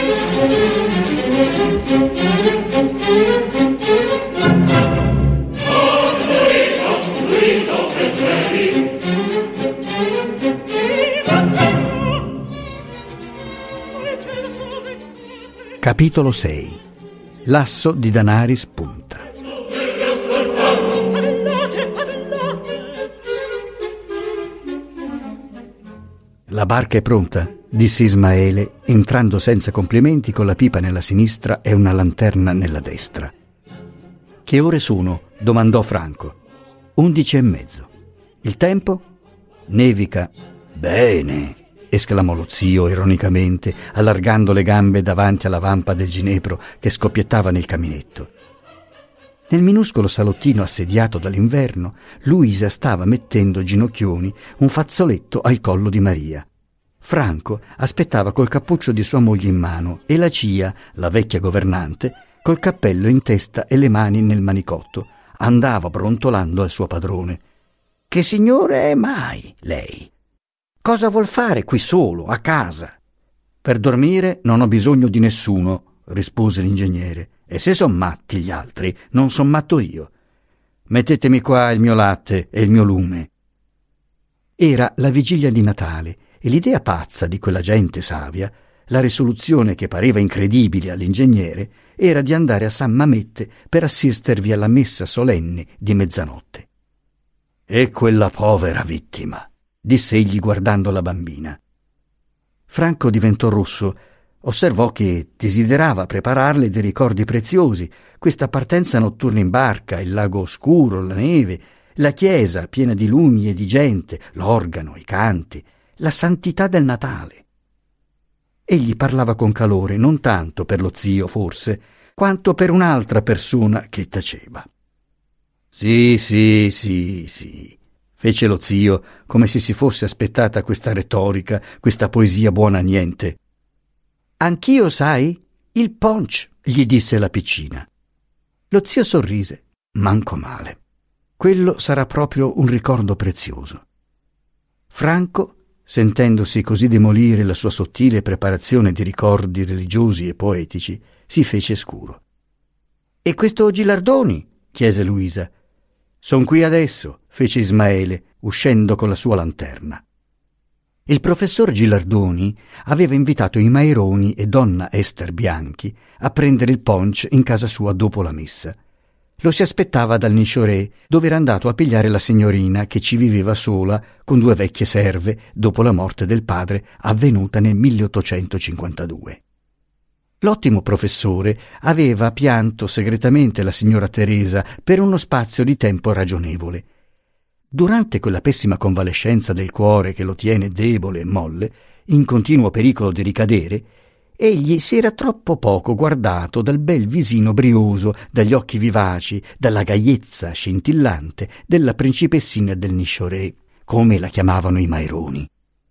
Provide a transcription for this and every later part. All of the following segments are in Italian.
Capitolo 6. L'asso di danari spunta. La barca è pronta, disse Ismaele, entrando senza complimenti con la pipa nella sinistra e una lanterna nella destra. Che ore sono? Domandò Franco. 11:30. Il tempo? Nevica. Bene, esclamò lo zio ironicamente, allargando le gambe davanti alla vampa del ginepro che scoppiettava nel caminetto. Nel minuscolo salottino assediato dall'inverno, Luisa stava mettendo ginocchioni un fazzoletto al collo di Maria. Franco aspettava col cappuccio di sua moglie in mano e la cia, la vecchia governante, col cappello in testa e le mani nel manicotto, andava brontolando al suo padrone. «Che signore è mai, lei? Cosa vuol fare qui solo, a casa?» «Per dormire non ho bisogno di nessuno», rispose l'ingegnere. «E se son matti gli altri, non son matto io. Mettetemi qua il mio latte e il mio lume». Era la vigilia di Natale e l'idea pazza di quella gente savia, la risoluzione che pareva incredibile all'ingegnere, era di andare a San Mamette per assistervi alla messa solenne di mezzanotte. «E quella povera vittima», disse egli guardando la bambina. Franco diventò rosso. Osservò che desiderava prepararle dei ricordi preziosi, questa partenza notturna in barca, il lago oscuro, la neve, la chiesa piena di lumi e di gente, l'organo, i canti, la santità del Natale. Egli parlava con calore, non tanto per lo zio forse, quanto per un'altra persona che taceva. Sì, fece lo zio, come se si fosse aspettata questa retorica, questa poesia buona a niente. «Anch'io, sai? Il punch», gli disse la piccina. Lo zio sorrise. «Manco male. Quello sarà proprio un ricordo prezioso». Franco, sentendosi così demolire la sua sottile preparazione di ricordi religiosi e poetici, si fece scuro. «E questo Gilardoni?» chiese Luisa. «Son qui adesso», fece Ismaele, uscendo con la sua lanterna. Il professor Gilardoni aveva invitato i Maironi e donna Ester Bianchi a prendere il punch in casa sua dopo la messa. Lo si aspettava dal Nichoret, dove era andato a pigliare la signorina che ci viveva sola con 2 vecchie serve dopo la morte del padre avvenuta nel 1852. L'ottimo professore aveva pianto segretamente la signora Teresa per uno spazio di tempo ragionevole. Durante quella pessima convalescenza del cuore che lo tiene debole e molle, in continuo pericolo di ricadere, egli si era troppo poco guardato dal bel visino brioso, dagli occhi vivaci, dalla gaiezza scintillante della principessina del Nichoret, come la chiamavano i Maironi.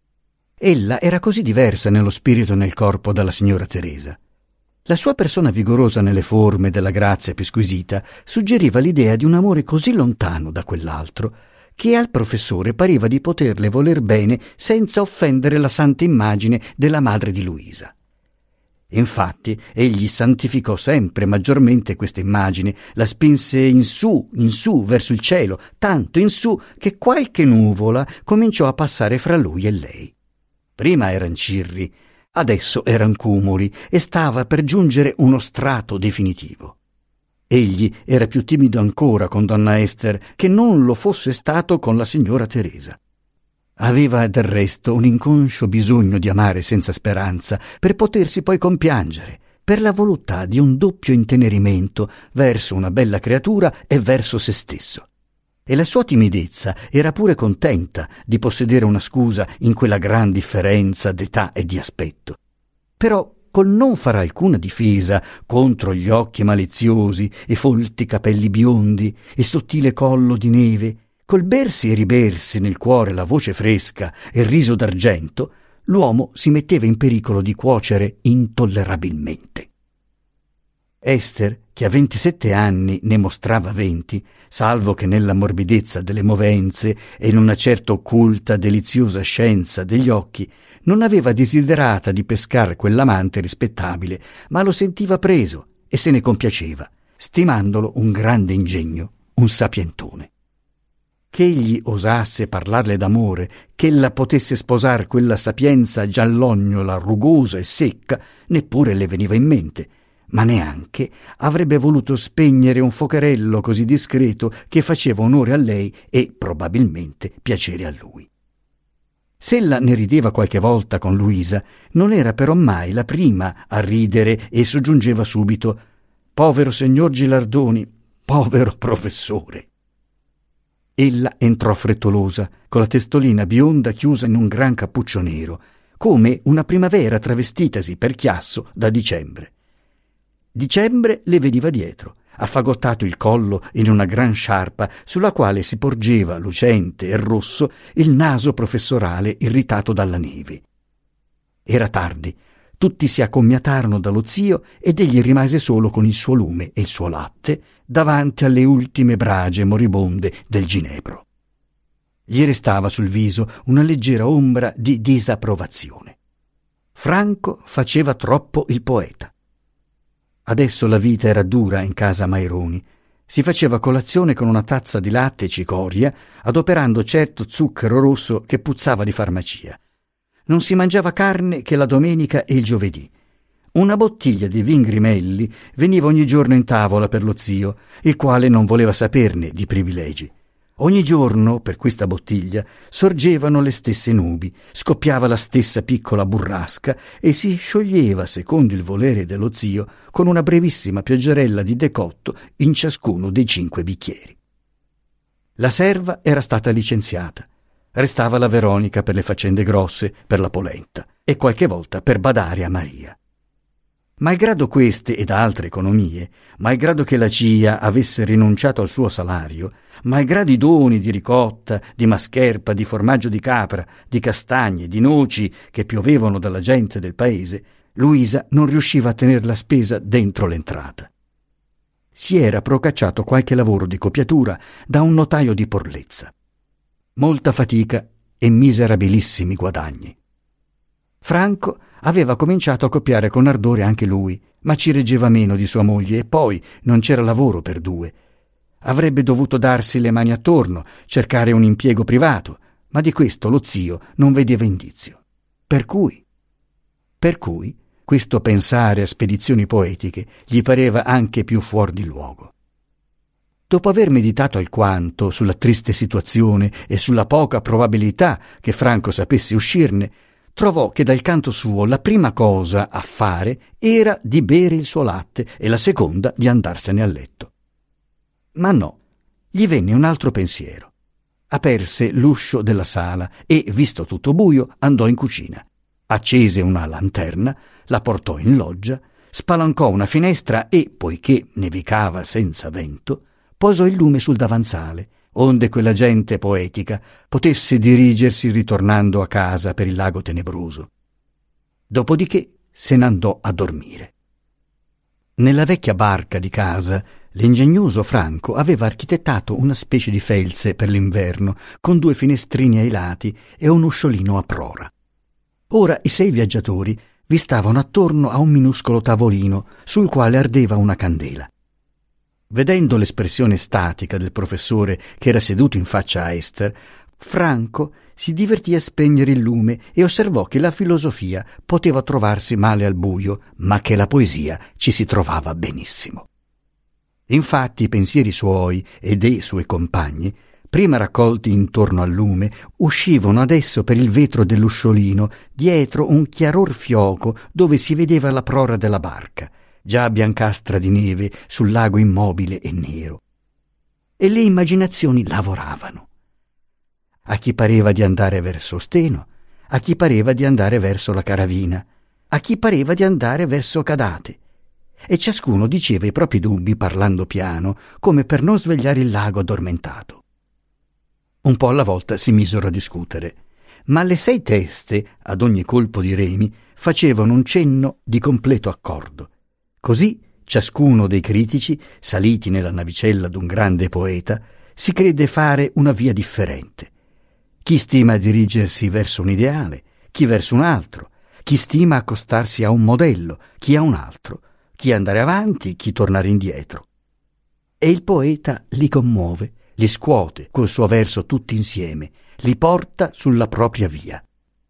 Ella era così diversa nello spirito e nel corpo dalla signora Teresa. La sua persona vigorosa nelle forme, della grazia più squisita, suggeriva l'idea di un amore così lontano da quell'altro, che al professore pareva di poterle voler bene senza offendere la santa immagine della madre di Luisa. Infatti, egli santificò sempre maggiormente questa immagine, la spinse in su, verso il cielo, tanto in su che qualche nuvola cominciò a passare fra lui e lei. Prima eran cirri, adesso eran cumuli e stava per giungere uno strato definitivo. Egli era più timido ancora con donna Ester che non lo fosse stato con la signora Teresa. Aveva del resto un inconscio bisogno di amare senza speranza per potersi poi compiangere, per la voluttà di un doppio intenerimento verso una bella creatura e verso se stesso. E la sua timidezza era pure contenta di possedere una scusa in quella gran differenza d'età e di aspetto. Però col non far alcuna difesa contro gli occhi maliziosi e folti capelli biondi e sottile collo di neve, col bersi e ribersi nel cuore la voce fresca e il riso d'argento, l'uomo si metteva in pericolo di cuocere intollerabilmente. Ester, che a 27 anni ne mostrava 20, salvo che nella morbidezza delle movenze e in una certa occulta deliziosa scienza degli occhi, non aveva desiderata di pescar quell'amante rispettabile, ma lo sentiva preso e se ne compiaceva, stimandolo un grande ingegno, un sapientone. Che egli osasse parlarle d'amore, che ella potesse sposar quella sapienza giallognola, rugosa e secca, neppure le veniva in mente, ma neanche avrebbe voluto spegnere un focherello così discreto che faceva onore a lei e, probabilmente, piacere a lui. S'ella ne rideva qualche volta con Luisa, non era però mai la prima a ridere e soggiungeva subito: «Povero signor Gilardoni, povero professore!» Ella entrò frettolosa, con la testolina bionda chiusa in un gran cappuccio nero, come una primavera travestitasi per chiasso da dicembre. Dicembre le veniva dietro, affagottato il collo in una gran sciarpa sulla quale si porgeva, lucente e rosso, il naso professorale irritato dalla neve. Era tardi, tutti si accomiatarono dallo zio ed egli rimase solo con il suo lume e il suo latte davanti alle ultime brage moribonde del ginepro. Gli restava sul viso una leggera ombra di disapprovazione. Franco faceva troppo il poeta. Adesso la vita era dura in casa Maironi. Si faceva colazione con una tazza di latte e cicoria, adoperando certo zucchero rosso che puzzava di farmacia. Non si mangiava carne che la domenica e il giovedì. Una bottiglia di vin Grimelli veniva ogni giorno in tavola per lo zio, il quale non voleva saperne di privilegi. Ogni giorno, per questa bottiglia, sorgevano le stesse nubi, scoppiava la stessa piccola burrasca e si scioglieva, secondo il volere dello zio, con una brevissima pioggerella di decotto in ciascuno dei 5 bicchieri. La serva era stata licenziata. Restava la Veronica per le faccende grosse, per la polenta, e qualche volta per badare a Maria. Malgrado queste ed altre economie, malgrado che la CIA avesse rinunciato al suo salario, malgrado i doni di ricotta, di mascherpa, di formaggio di capra, di castagne, di noci che piovevano dalla gente del paese, Luisa non riusciva a tener la spesa dentro l'entrata. Si era procacciato qualche lavoro di copiatura da un notaio di Porlezza. Molta fatica e miserabilissimi guadagni. Franco aveva cominciato a copiare con ardore anche lui, ma ci reggeva meno di sua moglie e poi non c'era lavoro per 2. Avrebbe dovuto darsi le mani attorno, cercare un impiego privato, ma di questo lo zio non vedeva indizio. Per cui questo pensare a spedizioni poetiche gli pareva anche più fuor di luogo. Dopo aver meditato alquanto sulla triste situazione e sulla poca probabilità che Franco sapesse uscirne, trovò che dal canto suo la prima cosa a fare era di bere il suo latte e la seconda di andarsene a letto. Ma no, gli venne un altro pensiero. Aperse l'uscio della sala e, visto tutto buio, andò in cucina. Accese una lanterna, la portò in loggia, spalancò una finestra e, poiché nevicava senza vento, posò il lume sul davanzale, onde quella gente poetica potesse dirigersi ritornando a casa per il lago tenebroso. Dopodiché se n'andò a dormire. Nella vecchia barca di casa, l'ingegnoso Franco aveva architettato una specie di felze per l'inverno, con 2 finestrini ai lati e un usciolino a prora. Ora i 6 viaggiatori vi stavano attorno a un minuscolo tavolino sul quale ardeva una candela. Vedendo l'espressione statica del professore che era seduto in faccia a Ester, Franco si divertì a spegnere il lume e osservò che la filosofia poteva trovarsi male al buio, ma che la poesia ci si trovava benissimo. Infatti i pensieri suoi e dei suoi compagni, prima raccolti intorno al lume, uscivano adesso per il vetro dell'usciolino, dietro un chiaror fioco dove si vedeva la prora della barca, già biancastra di neve sul lago immobile e nero. E le immaginazioni lavoravano. A chi pareva di andare verso Steno, a chi pareva di andare verso la Caravina, a chi pareva di andare verso Cadate, e ciascuno diceva i propri dubbi parlando piano, come per non svegliare il lago addormentato. Un po' alla volta si misero a discutere, ma le 6 teste, ad ogni colpo di remi, facevano un cenno di completo accordo. Così ciascuno dei critici, saliti nella navicella d'un grande poeta, si crede fare una via differente. Chi stima dirigersi verso un ideale, chi verso un altro, chi stima accostarsi a un modello, chi a un altro, chi andare avanti, chi tornare indietro. E il poeta li commuove, li scuote col suo verso tutti insieme, li porta sulla propria via.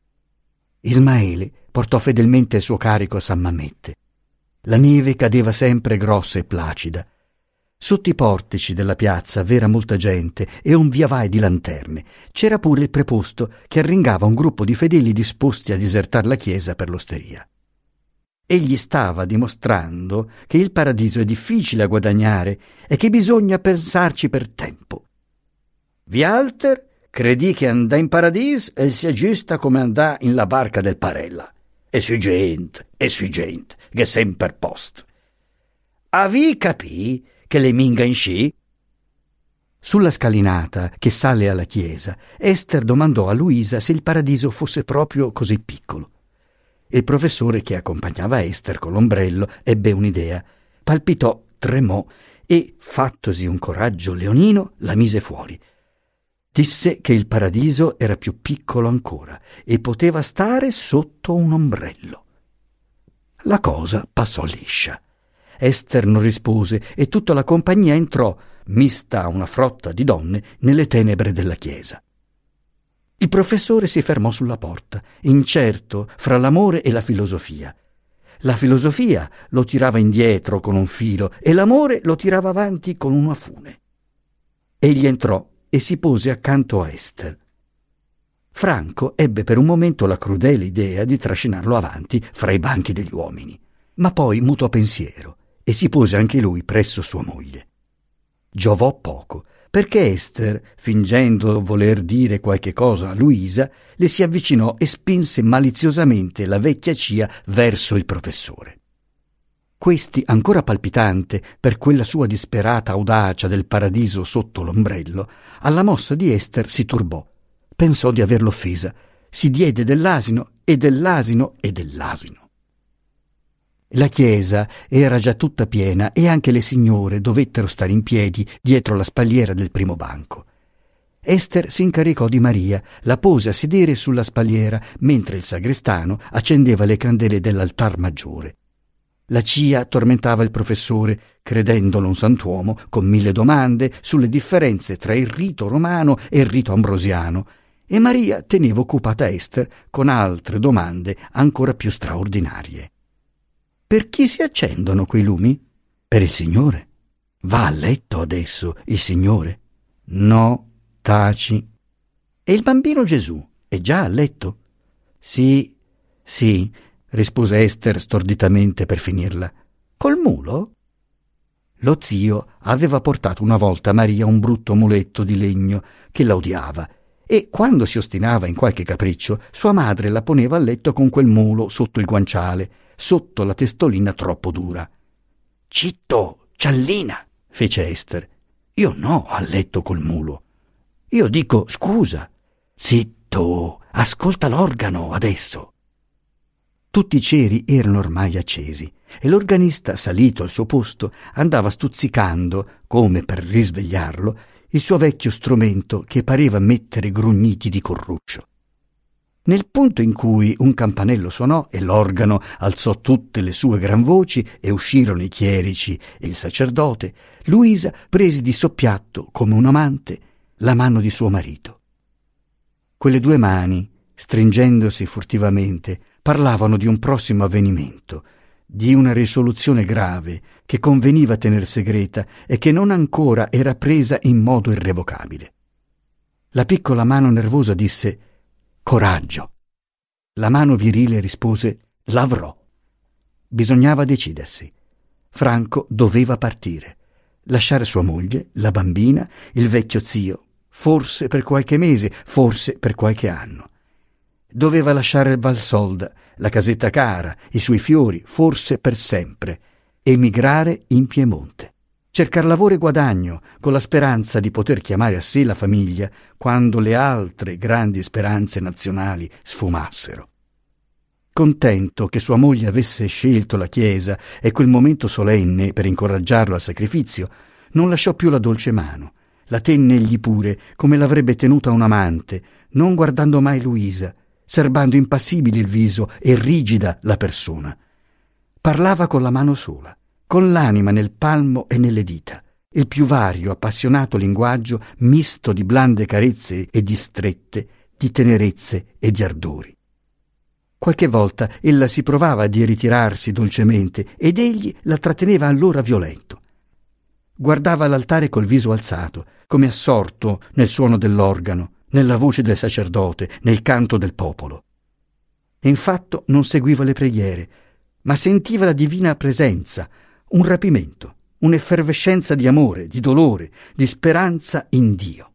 Ismaele portò fedelmente il suo carico a San Mammette. La neve cadeva sempre grossa e placida. Sotto i portici della piazza v'era molta gente e un viavai di lanterne. C'era pure il preposto che arringava un gruppo di fedeli disposti a disertar la chiesa per l'osteria. Egli stava dimostrando che il paradiso è difficile a guadagnare e che bisogna pensarci per tempo. Vialter credì che andà in paradiso e sia giusta come andà in la barca del Parella. E sui gente, che sempre post. Avi capì che le minga in sci? Sulla scalinata che sale alla chiesa, Ester domandò a Luisa se il paradiso fosse proprio così piccolo. Il professore che accompagnava Ester con l'ombrello ebbe un'idea, palpitò, tremò e, fattosi un coraggio leonino, la mise fuori. Disse che il paradiso era più piccolo ancora e poteva stare sotto un ombrello. La cosa passò liscia. Ester non rispose e tutta la compagnia entrò, mista a una frotta di donne, nelle tenebre della chiesa. Il professore si fermò sulla porta, incerto fra l'amore e la filosofia. La filosofia lo tirava indietro con un filo e l'amore lo tirava avanti con una fune. Egli entrò e si pose accanto a Ester. Franco ebbe per un momento la crudele idea di trascinarlo avanti fra i banchi degli uomini, ma poi mutò pensiero e si pose anche lui presso sua moglie. Giovò poco, perché Ester, fingendo voler dire qualche cosa a Luisa, le si avvicinò e spinse maliziosamente la vecchia cia verso il professore. Questi, ancora palpitante per quella sua disperata audacia del paradiso sotto l'ombrello, alla mossa di Ester si turbò. Pensò di averlo offesa, si diede dell'asino e dell'asino e dell'asino. La chiesa era già tutta piena e anche le signore dovettero stare in piedi dietro la spalliera del primo banco. Ester si incaricò di Maria, la pose a sedere sulla spalliera mentre il sagrestano accendeva le candele dell'altar maggiore. La cia tormentava il professore, credendolo un santuomo, con 1000 domande sulle differenze tra il rito romano e il rito ambrosiano, e Maria teneva occupata Ester con altre domande ancora più straordinarie. Per chi si accendono quei lumi? Per il Signore. Va a letto adesso il Signore? No, taci. E il bambino Gesù è già a letto? Sì, rispose Ester storditamente per finirla. Col mulo? Lo zio aveva portato una volta a Maria un brutto muletto di legno che la odiava e, quando si ostinava in qualche capriccio, sua madre la poneva a letto con quel mulo sotto il guanciale, sotto la testolina troppo dura. «Citto, ciallina!» fece Ester. «Io no a letto col mulo. Io dico scusa. Zitto, ascolta l'organo adesso!» Tutti i ceri erano ormai accesi e l'organista, salito al suo posto, andava stuzzicando, come per risvegliarlo, il suo vecchio strumento che pareva mettere grugniti di corruccio. Nel punto in cui un campanello suonò e l'organo alzò tutte le sue gran voci e uscirono i chierici e il sacerdote, Luisa prese di soppiatto, come un amante, la mano di suo marito. Quelle due mani, stringendosi furtivamente, parlavano di un prossimo avvenimento, di una risoluzione grave che conveniva tener segreta e che non ancora era presa in modo irrevocabile. La piccola mano nervosa disse «Coraggio». La mano virile rispose «L'avrò». Bisognava decidersi. Franco doveva partire, lasciare sua moglie, la bambina, il vecchio zio, forse per qualche mese, forse per qualche anno. Doveva lasciare il Valsolda, la casetta cara, i suoi fiori, forse per sempre, emigrare in Piemonte, cercar lavoro e guadagno, con la speranza di poter chiamare a sé la famiglia quando le altre grandi speranze nazionali sfumassero. Contento che sua moglie avesse scelto la Chiesa e quel momento solenne per incoraggiarlo al sacrificio, non lasciò più la dolce mano, la tenne egli pure come l'avrebbe tenuta un amante, non guardando mai Luisa, serbando impassibile il viso e rigida la persona. Parlava con la mano sola, con l'anima nel palmo e nelle dita, il più vario, appassionato linguaggio misto di blande carezze e di strette, di tenerezze e di ardori. Qualche volta ella si provava di ritirarsi dolcemente ed egli la tratteneva allora violento. Guardava l'altare col viso alzato, come assorto nel suono dell'organo, nella voce del sacerdote, nel canto del popolo. E infatti non seguiva le preghiere, ma sentiva la divina presenza, un rapimento, un'effervescenza di amore, di dolore, di speranza in Dio.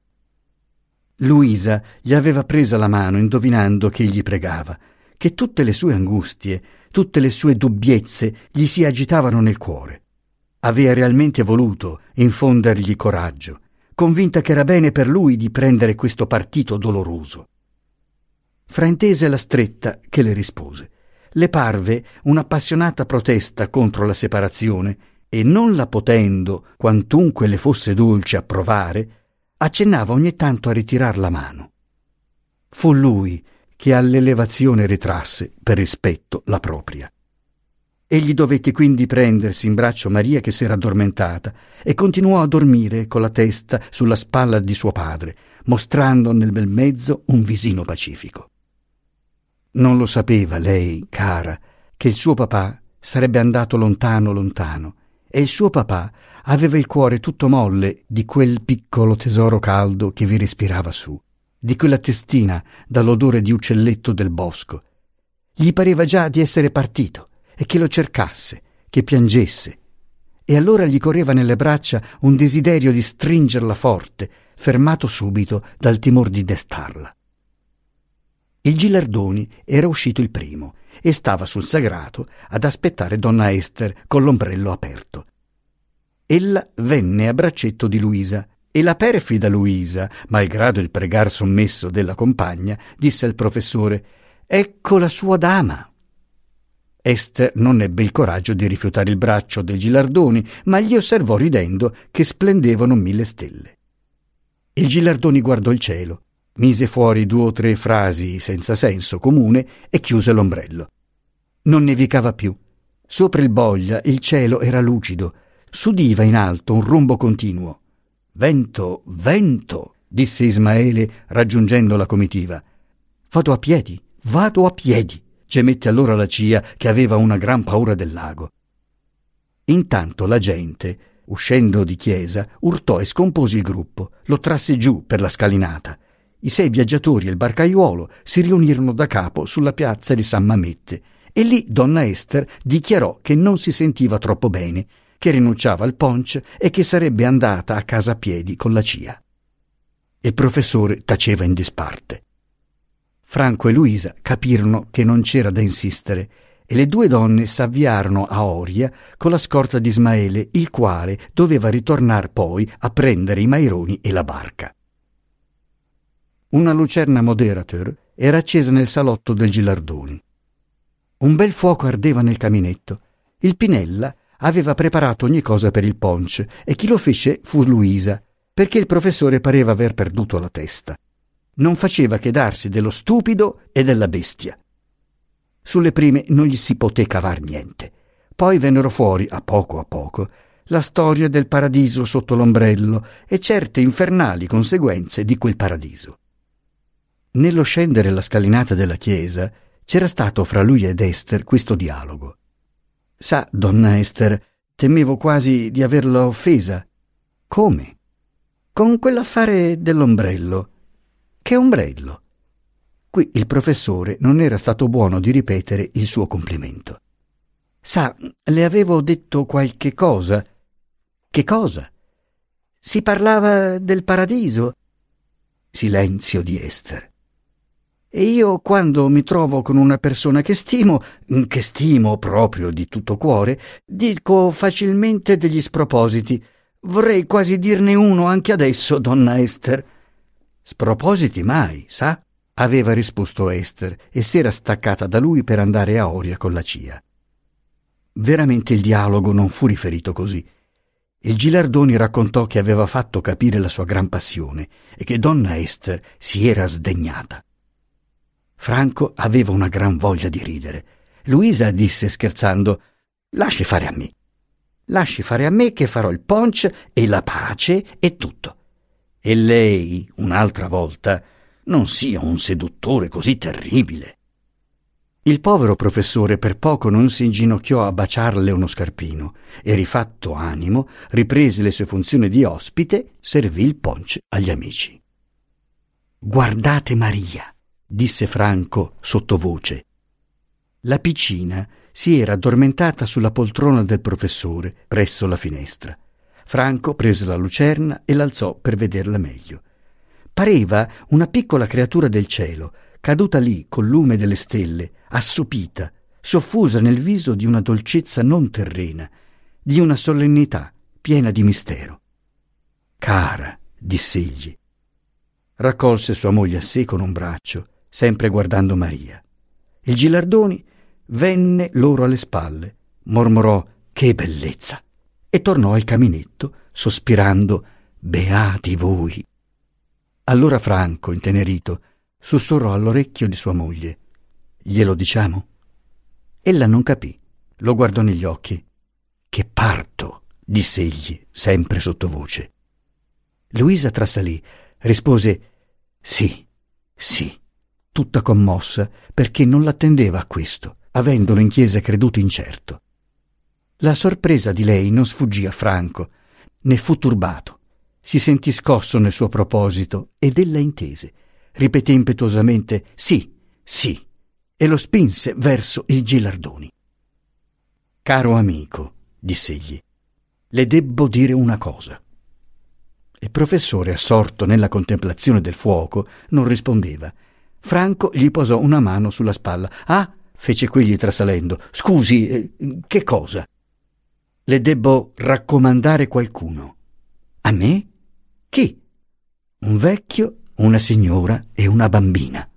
Luisa gli aveva presa la mano indovinando che egli pregava, che tutte le sue angustie, tutte le sue dubbiezze gli si agitavano nel cuore. Aveva realmente voluto infondergli coraggio, convinta che era bene per lui di prendere questo partito doloroso. Fraintese la stretta che le rispose. Le parve un'appassionata protesta contro la separazione e, non la potendo, quantunque le fosse dolce, approvare, accennava ogni tanto a ritirar la mano. Fu lui che all'elevazione ritrasse per rispetto la propria. Egli dovette quindi prendersi in braccio Maria che s'era addormentata e continuò a dormire con la testa sulla spalla di suo padre, mostrando nel bel mezzo un visino pacifico. Non lo sapeva lei, cara, che il suo papà sarebbe andato lontano lontano e il suo papà aveva il cuore tutto molle di quel piccolo tesoro caldo che vi respirava su, di quella testina dall'odore di uccelletto del bosco. Gli pareva già di essere partito e che lo cercasse, che piangesse, e allora gli correva nelle braccia un desiderio di stringerla forte, fermato subito dal timor di destarla. Il Gilardoni era uscito il primo e stava sul sagrato ad aspettare donna Ester con l'ombrello aperto. Ella venne a braccetto di Luisa e la perfida Luisa, malgrado il pregar sommesso della compagna, disse al professore: «Ecco la sua dama». Ester non ebbe il coraggio di rifiutare il braccio del Gilardoni, ma gli osservò ridendo che splendevano 1000 stelle. Il Gilardoni guardò il cielo, mise fuori 2 o 3 frasi senza senso comune e chiuse l'ombrello. Non nevicava più. Sopra il Boglia il cielo era lucido, s'udiva in alto un rombo continuo. «Vento, vento», disse Ismaele raggiungendo la comitiva. Vado a piedi, gemette allora la Cia, che aveva una gran paura del lago. Intanto la gente, uscendo di chiesa, urtò e scompose il gruppo, lo trasse giù per la scalinata. I 6 viaggiatori e il barcaiuolo si riunirono da capo sulla piazza di San Mamette e lì donna Ester dichiarò che non si sentiva troppo bene, che rinunciava al punch e che sarebbe andata a casa a piedi con la Cia. Il professore taceva in disparte. Franco e Luisa capirono che non c'era da insistere e le 2 donne s'avviarono a Oria con la scorta di Ismaele, il quale doveva ritornar poi a prendere i maironi e la barca. Una lucerna moderateur era accesa nel salotto del Gilardoni. Un bel fuoco ardeva nel caminetto. Il Pinella aveva preparato ogni cosa per il punch e chi lo fece fu Luisa, perché il professore pareva aver perduto la testa. Non faceva che darsi dello stupido e della bestia. Sulle prime non gli si poté cavar niente. Poi vennero fuori, a poco, la storia del paradiso sotto l'ombrello e certe infernali conseguenze di quel paradiso. Nello scendere la scalinata della chiesa c'era stato fra lui ed Ester questo dialogo. «Sa, donna Ester, temevo quasi di averla offesa». «Come?» «Con quell'affare dell'ombrello». «Che ombrello?» Qui il professore non era stato buono di ripetere il suo complimento. «Sa, le avevo detto qualche cosa». «Che cosa?» «Si parlava del paradiso». Silenzio di Ester. «E io, quando mi trovo con una persona che stimo proprio di tutto cuore, dico facilmente degli spropositi. Vorrei quasi dirne uno anche adesso, donna Ester». «Spropositi mai, sa?» aveva risposto Ester e s'era staccata da lui per andare a Oria con la Cia. Veramente il dialogo non fu riferito così. Il Gilardoni raccontò che aveva fatto capire la sua gran passione e che donna Ester si era sdegnata. Franco aveva una gran voglia di ridere. Luisa disse scherzando: «Lasci fare a me. Lasci fare a me che farò il punch e la pace e tutto. E lei, un'altra volta, non sia un seduttore così terribile». Il povero professore per poco non si inginocchiò a baciarle uno scarpino e, rifatto animo, riprese le sue funzioni di ospite, servì il punch agli amici. «Guardate Maria», disse Franco sottovoce. La piccina si era addormentata sulla poltrona del professore presso la finestra. Franco prese la lucerna e l'alzò per vederla meglio. Pareva una piccola creatura del cielo, caduta lì col lume delle stelle, assopita, soffusa nel viso di una dolcezza non terrena, di una solennità piena di mistero. «Cara», diss'egli. Raccolse sua moglie a sé con un braccio, sempre guardando Maria. Il Gilardoni venne loro alle spalle, mormorò «Che bellezza!» e tornò al caminetto, sospirando «Beati voi!». Allora Franco, intenerito, sussurrò all'orecchio di sua moglie: «Glielo diciamo?» Ella non capì, lo guardò negli occhi. «Che parto!» diss'egli, sempre sottovoce. Luisa trasalì, rispose «Sì, sì», tutta commossa perché non l'attendeva a questo, avendolo in chiesa creduto incerto. La sorpresa di lei non sfuggì a Franco, ne fu turbato. Si sentì scosso nel suo proposito ed ella intese. Ripeté impetuosamente «Sì, sì», e lo spinse verso il Gilardoni. «Caro amico», diss'egli, «le debbo dire una cosa». Il professore, assorto nella contemplazione del fuoco, non rispondeva. Franco gli posò una mano sulla spalla. «Ah», fece quegli trasalendo, «scusi, che cosa?» «Le debbo raccomandare qualcuno». «A me? Chi?» «Un vecchio, una signora e una bambina».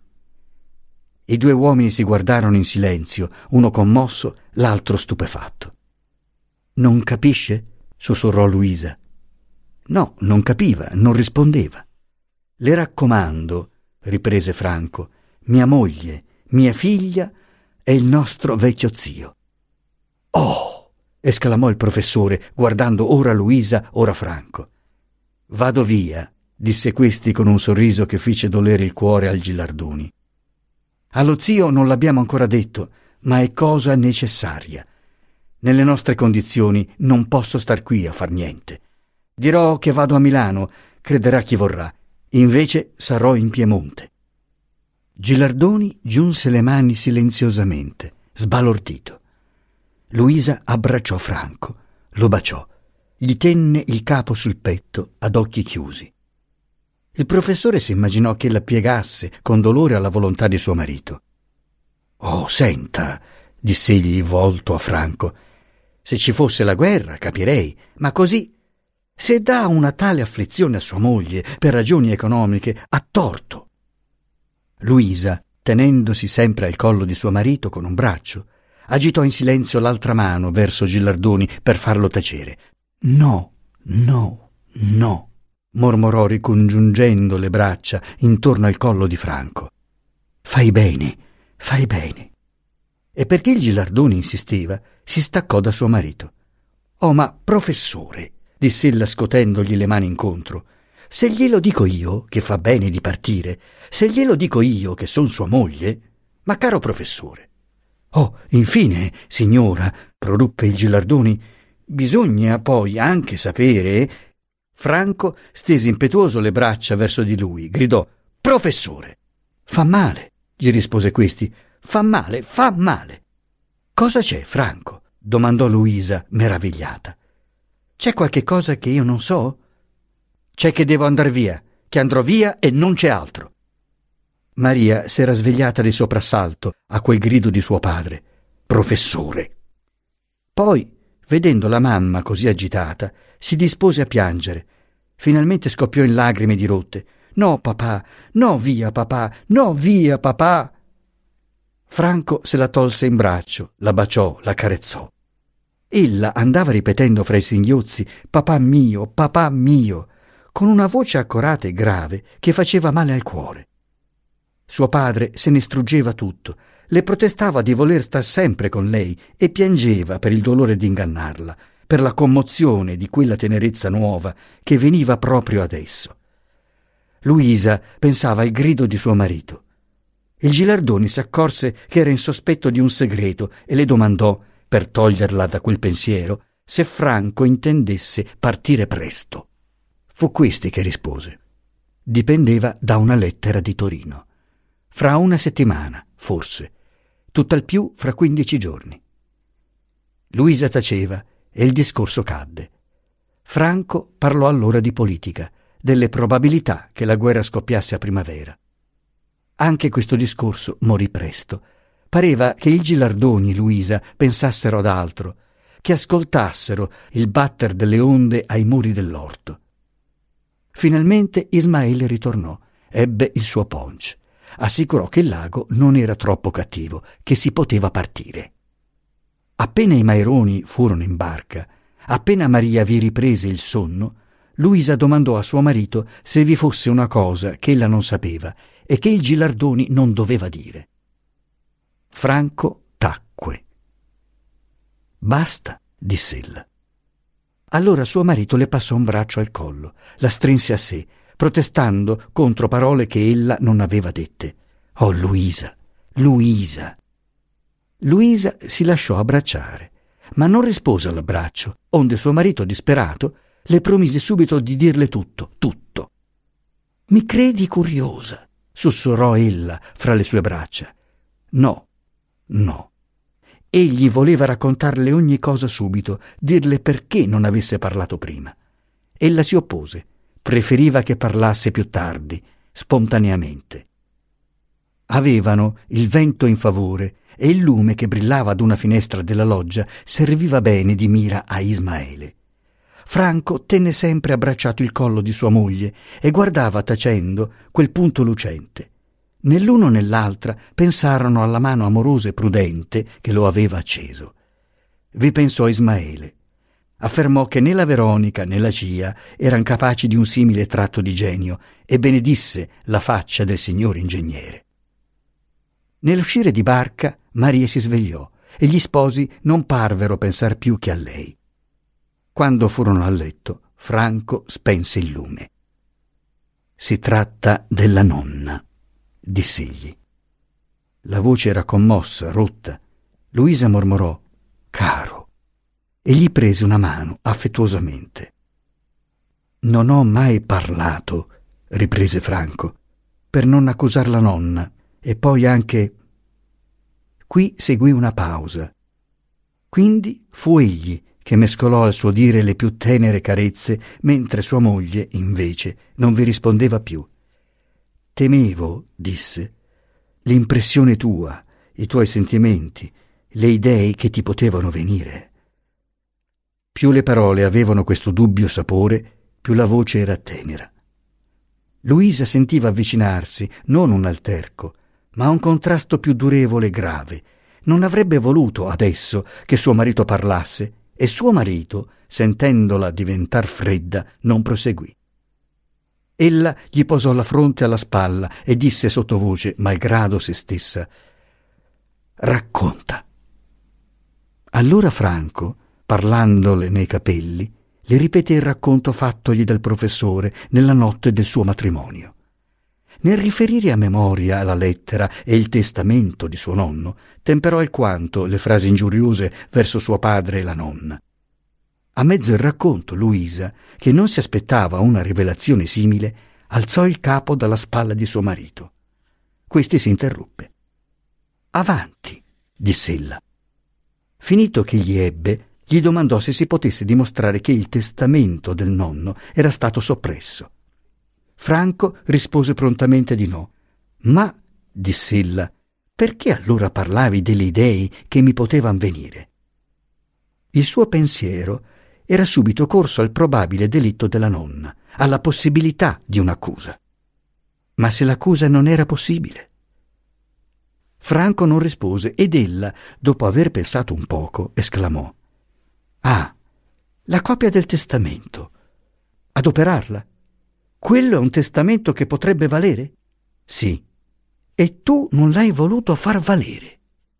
I due uomini si guardarono in silenzio, uno commosso, l'altro stupefatto. «Non capisce?» sussurrò Luisa. No, non capiva, non rispondeva. «Le raccomando», riprese Franco, «mia moglie, mia figlia e il nostro vecchio zio». «Oh!» esclamò il professore, guardando ora Luisa, ora Franco. «Vado via», disse questi con un sorriso che fece dolere il cuore al Gilardoni. «Allo zio non l'abbiamo ancora detto, ma è cosa necessaria. Nelle nostre condizioni non posso star qui a far niente. Dirò che vado a Milano, crederà chi vorrà. Invece sarò in Piemonte». Gilardoni giunse le mani silenziosamente, sbalordito. Luisa abbracciò Franco, lo baciò, gli tenne il capo sul petto ad occhi chiusi. Il professore si immaginò che la piegasse con dolore alla volontà di suo marito. «Oh, senta», diss'egli volto a Franco, «se ci fosse la guerra capirei, ma così, se dà una tale afflizione a sua moglie per ragioni economiche, ha torto». Luisa, tenendosi sempre al collo di suo marito con un braccio, agitò in silenzio l'altra mano verso Gilardoni per farlo tacere. «No, no, no», mormorò ricongiungendo le braccia intorno al collo di Franco. Fai bene». E perché il Gilardoni insisteva, si staccò da suo marito. «Oh, ma professore», diss'ella scotendogli le mani incontro, «se glielo dico io che fa bene di partire, se glielo dico io che son sua moglie, ma caro professore». «Oh, infine, signora», proruppe il Gilardoni, «bisogna poi anche sapere». Franco stese impetuoso le braccia verso di lui, gridò «Professore!». «Fa male», gli rispose questi, «fa male, fa male». «Cosa c'è, Franco?» domandò Luisa, meravigliata. «C'è qualche cosa che io non so?» «C'è che devo andar via, che andrò via e non c'è altro». Maria s'era svegliata di soprassalto a quel grido di suo padre. «Professore!». Poi, vedendo la mamma così agitata, si dispose a piangere. Finalmente scoppiò in lagrime dirotte. «No, papà! No, via, papà! No, via, papà!». Franco se la tolse in braccio, la baciò, la carezzò. Ella andava ripetendo fra i singhiozzi papà mio», con una voce accorata e grave che faceva male al cuore. Suo padre se ne struggeva tutto, le protestava di voler star sempre con lei e piangeva per il dolore di ingannarla, per la commozione di quella tenerezza nuova che veniva proprio adesso. Luisa pensava al grido di suo marito. Il Gilardoni s'accorse che era in sospetto di un segreto e le domandò, per toglierla da quel pensiero, se Franco intendesse partire presto. Fu questi che rispose. Dipendeva da una lettera di Torino. Fra una settimana, forse, tutt'al più fra 15 giorni. Luisa taceva e il discorso cadde. Franco parlò allora di politica, delle probabilità che la guerra scoppiasse a primavera. Anche questo discorso morì presto. Pareva che il Gilardoni e Luisa pensassero ad altro, che ascoltassero il batter delle onde ai muri dell'orto. Finalmente Ismaele ritornò, ebbe il suo punch. Assicurò che il lago non era troppo cattivo, che si poteva partire. Appena i Maironi furono in barca, appena Maria vi riprese il sonno, Luisa domandò a suo marito se vi fosse una cosa che ella non sapeva e che il Gilardoni non doveva dire. Franco tacque. «Basta», diss'ella. Allora suo marito le passò un braccio al collo, la strinse a sé, protestando contro parole che ella non aveva dette. «Oh, Luisa, Luisa!» Luisa si lasciò abbracciare, ma non rispose all'abbraccio, onde suo marito, disperato, le promise subito di dirle tutto, tutto. «Mi credi curiosa?» sussurrò ella fra le sue braccia. «No, no». Egli voleva raccontarle ogni cosa subito, dirle perché non avesse parlato prima. Ella si oppose, preferiva che parlasse più tardi, spontaneamente. Avevano il vento in favore e il lume che brillava ad una finestra della loggia serviva bene di mira a Ismaele. Franco tenne sempre abbracciato il collo di sua moglie e guardava tacendo quel punto lucente. Né l'uno né l'altra pensarono alla mano amorosa e prudente che lo aveva acceso. Vi pensò Ismaele. Affermò che né la Veronica né la Cia eran capaci di un simile tratto di genio e benedisse la faccia del signor ingegnere. Nell'uscire di barca Maria si svegliò e gli sposi non parvero pensar più che a lei. Quando furono a letto, Franco spense il lume. «Si tratta della nonna», diss'egli. La voce era commossa, rotta. Luisa mormorò «Caro», e gli prese una mano affettuosamente. «Non ho mai parlato», riprese Franco, «per non accusar la nonna, e poi anche...» Qui seguì una pausa. Quindi fu egli che mescolò al suo dire le più tenere carezze, mentre sua moglie, invece, non vi rispondeva più. «Temevo», disse, «l'impressione tua, i tuoi sentimenti, le idee che ti potevano venire». Più le parole avevano questo dubbio sapore, più la voce era tenera. Luisa sentiva avvicinarsi non un alterco, ma un contrasto più durevole e grave. Non avrebbe voluto adesso che suo marito parlasse, e suo marito, sentendola diventar fredda, non proseguì. Ella gli posò la fronte alla spalla e disse sottovoce, malgrado se stessa: «Racconta». Allora Franco, parlandole nei capelli, le ripeté il racconto fattogli dal professore nella notte del suo matrimonio. Nel riferire a memoria la lettera e il testamento di suo nonno, temperò alquanto le frasi ingiuriose verso suo padre e la nonna. A mezzo il racconto, Luisa, che non si aspettava una rivelazione simile, alzò il capo dalla spalla di suo marito. Questi si interruppe. «Avanti», diss'ella. Finito che gli ebbe, gli domandò se si potesse dimostrare che il testamento del nonno era stato soppresso. Franco rispose prontamente di no. «Ma», diss'ella, «perché allora parlavi delle idee che mi potevan venire?» Il suo pensiero era subito corso al probabile delitto della nonna, alla possibilità di un'accusa. Ma se l'accusa non era possibile? Franco non rispose ed ella, dopo aver pensato un poco, esclamò: «Ah, la copia del testamento. Adoperarla? Quello è un testamento che potrebbe valere?» «Sì, e tu non l'hai voluto far valere.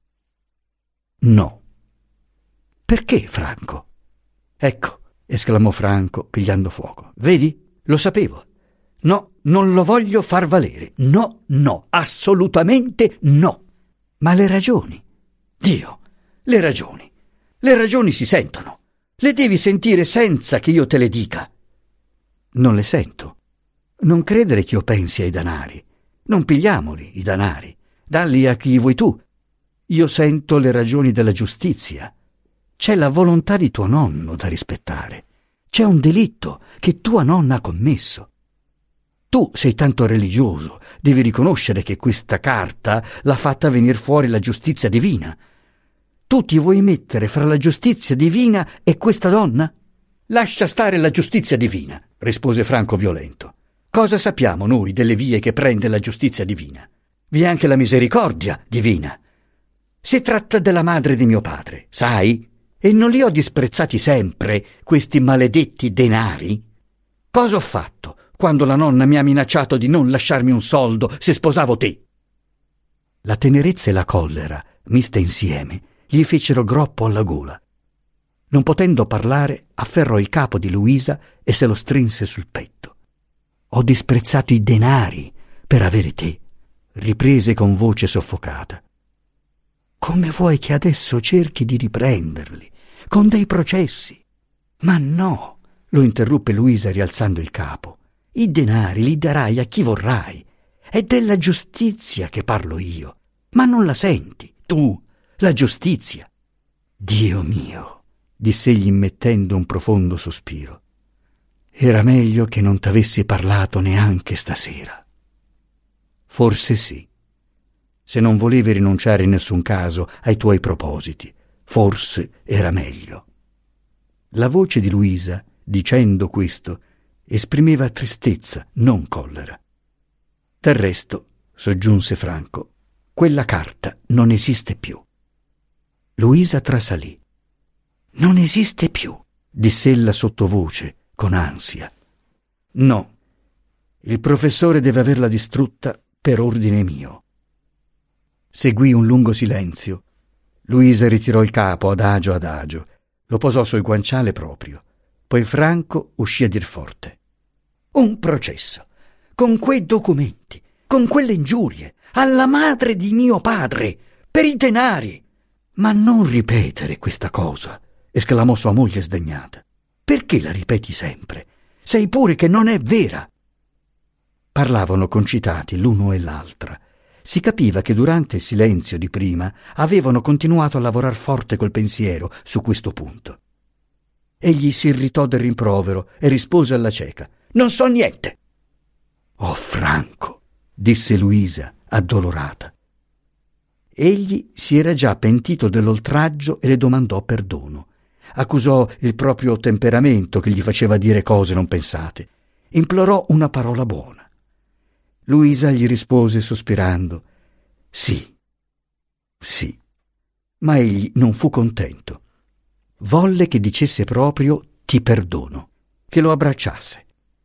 No. Perché, Franco? Ecco, esclamò Franco, pigliando fuoco. Vedi? Lo sapevo. No, non lo voglio far valere. No, no, assolutamente no. Ma le ragioni? Dio, le ragioni. Le ragioni si sentono. Le devi sentire senza che io te le dica. Non le sento. Non credere che io pensi ai danari. Non pigliamoli, i danari. Dalli a chi vuoi tu. Io sento le ragioni della giustizia. C'è la volontà di tuo nonno da rispettare. C'è un delitto che tua nonna ha commesso. Tu sei tanto religioso, devi riconoscere che questa carta l'ha fatta venir fuori la giustizia divina. Tu ti vuoi mettere fra la giustizia divina e questa donna? Lascia stare la giustizia divina, rispose Franco violento. Cosa sappiamo noi delle vie che prende la giustizia divina? Vi è anche la misericordia divina. Si tratta della madre di mio padre, sai? E non li ho disprezzati sempre, questi maledetti denari? Cosa ho fatto quando la nonna mi ha minacciato di non lasciarmi un soldo se sposavo te? La tenerezza e la collera, miste insieme, gli fecero groppo alla gola. Non potendo parlare, afferrò il capo di Luisa e se lo strinse sul petto. Ho disprezzato i denari per avere te, riprese con voce soffocata. Come vuoi che adesso cerchi di riprenderli, con dei processi? Ma no, lo interruppe Luisa rialzando il capo. I denari li darai a chi vorrai. È della giustizia che parlo io. Ma non la senti, tu, la giustizia. Dio mio, diss'egli immettendo un profondo sospiro. Era meglio che non t'avessi parlato neanche stasera. Forse sì. Se non volevi rinunciare in nessun caso ai tuoi propositi, forse era meglio. La voce di Luisa, dicendo questo, esprimeva tristezza, non collera. Del resto, soggiunse Franco, quella carta non esiste più. Luisa trasalì. Non esiste più, diss'ella sottovoce, con ansia. No, il professore deve averla distrutta per ordine mio. Seguì un lungo silenzio. Luisa ritirò il capo adagio adagio, lo posò sul guanciale proprio. Poi Franco uscì a dir forte. Un processo, con quei documenti, con quelle ingiurie, alla madre di mio padre, per i denari. Ma non ripetere questa cosa, esclamò sua moglie sdegnata. Perché la ripeti sempre? Sai pure che non è vera. Parlavano concitati l'uno e l'altra. Si capiva che durante il silenzio di prima avevano continuato a lavorar forte col pensiero su questo punto. Egli si irritò del rimprovero e rispose alla cieca. Non so niente. Oh, Franco, disse Luisa, addolorata. Egli si era già pentito dell'oltraggio e le domandò perdono. Accusò il proprio temperamento che gli faceva dire cose non pensate. Implorò una parola buona. Luisa gli rispose sospirando. Sì, sì. Ma egli non fu contento. Volle che dicesse proprio ti perdono, che lo abbracciasse.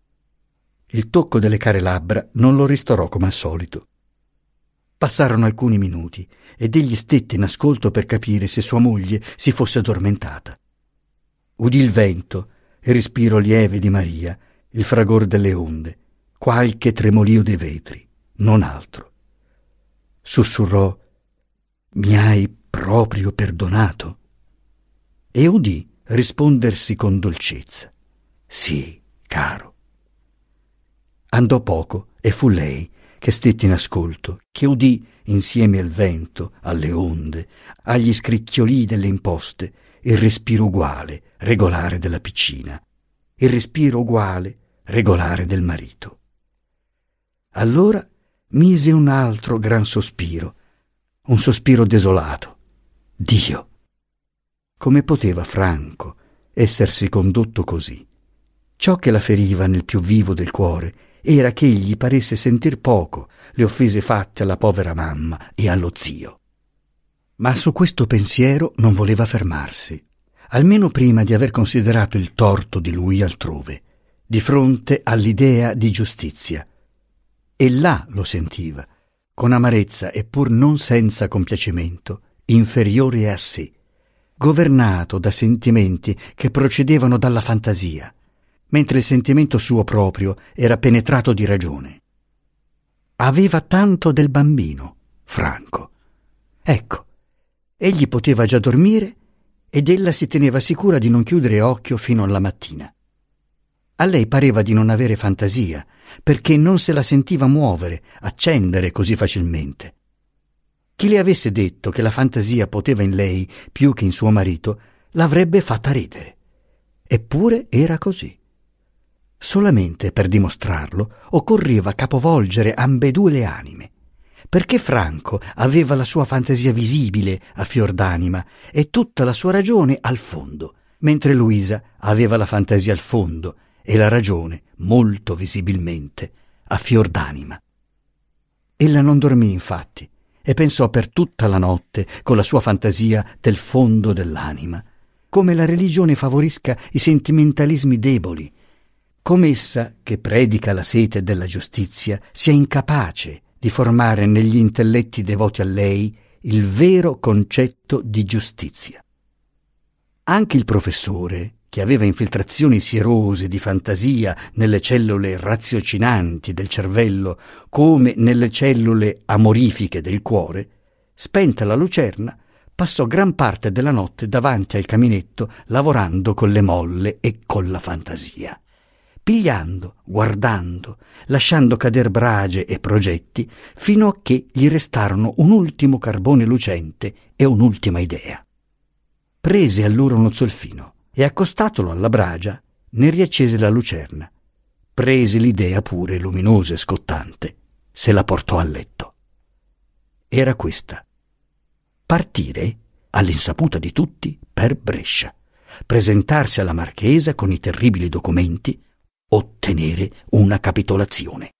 Il tocco delle care labbra non lo ristorò come al solito. Passarono alcuni minuti ed egli stette in ascolto per capire se sua moglie si fosse addormentata. Udì il vento, il respiro lieve di Maria, il fragor delle onde, qualche tremolio dei vetri, non altro. Sussurrò: mi hai proprio perdonato? E udì rispondersi con dolcezza: sì, caro. Andò poco e fu lei che stette in ascolto, che udì, insieme al vento, alle onde, agli scricchiolii delle imposte, il respiro uguale, regolare della piccina, il respiro uguale, regolare del marito. Allora mise un altro gran sospiro, un sospiro desolato. Dio! Come poteva Franco essersi condotto così? Ciò che la feriva nel più vivo del cuore era che egli paresse sentir poco le offese fatte alla povera mamma e allo zio. Ma su questo pensiero non voleva fermarsi, almeno prima di aver considerato il torto di lui altrove, di fronte all'idea di giustizia. E là lo sentiva, con amarezza e pur non senza compiacimento, inferiore a sé, governato da sentimenti che procedevano dalla fantasia, mentre il sentimento suo proprio era penetrato di ragione. Aveva tanto del bambino, Franco. Ecco, egli poteva già dormire ed ella si teneva sicura di non chiudere occhio fino alla mattina. A lei pareva di non avere fantasia, perché non se la sentiva muovere, accendere così facilmente. Chi le avesse detto che la fantasia poteva in lei più che in suo marito, l'avrebbe fatta ridere. Eppure era così. Solamente per dimostrarlo occorreva capovolgere ambedue le anime, perché Franco aveva la sua fantasia visibile a fior d'anima e tutta la sua ragione al fondo, mentre Luisa aveva la fantasia al fondo e la ragione, molto visibilmente, a fior d'anima. Ella non dormì, infatti, e pensò per tutta la notte con la sua fantasia del fondo dell'anima, come la religione favorisca i sentimentalismi deboli, come essa, che predica la sete della giustizia, sia incapace di formare negli intelletti devoti a lei il vero concetto di giustizia. Anche il professore, che aveva infiltrazioni sierose di fantasia nelle cellule raziocinanti del cervello come nelle cellule amorifiche del cuore, spenta la lucerna, passò gran parte della notte davanti al caminetto lavorando con le molle e con la fantasia, pigliando, guardando, lasciando cader brage e progetti fino a che gli restarono un ultimo carbone lucente e un'ultima idea. Prese allora uno zolfino e, accostatolo alla bragia, ne riaccese la lucerna. Prese l'idea pure, luminosa e scottante, se la portò a letto. Era questa: partire, all'insaputa di tutti, per Brescia, presentarsi alla marchesa con i terribili documenti, ottenere una capitolazione.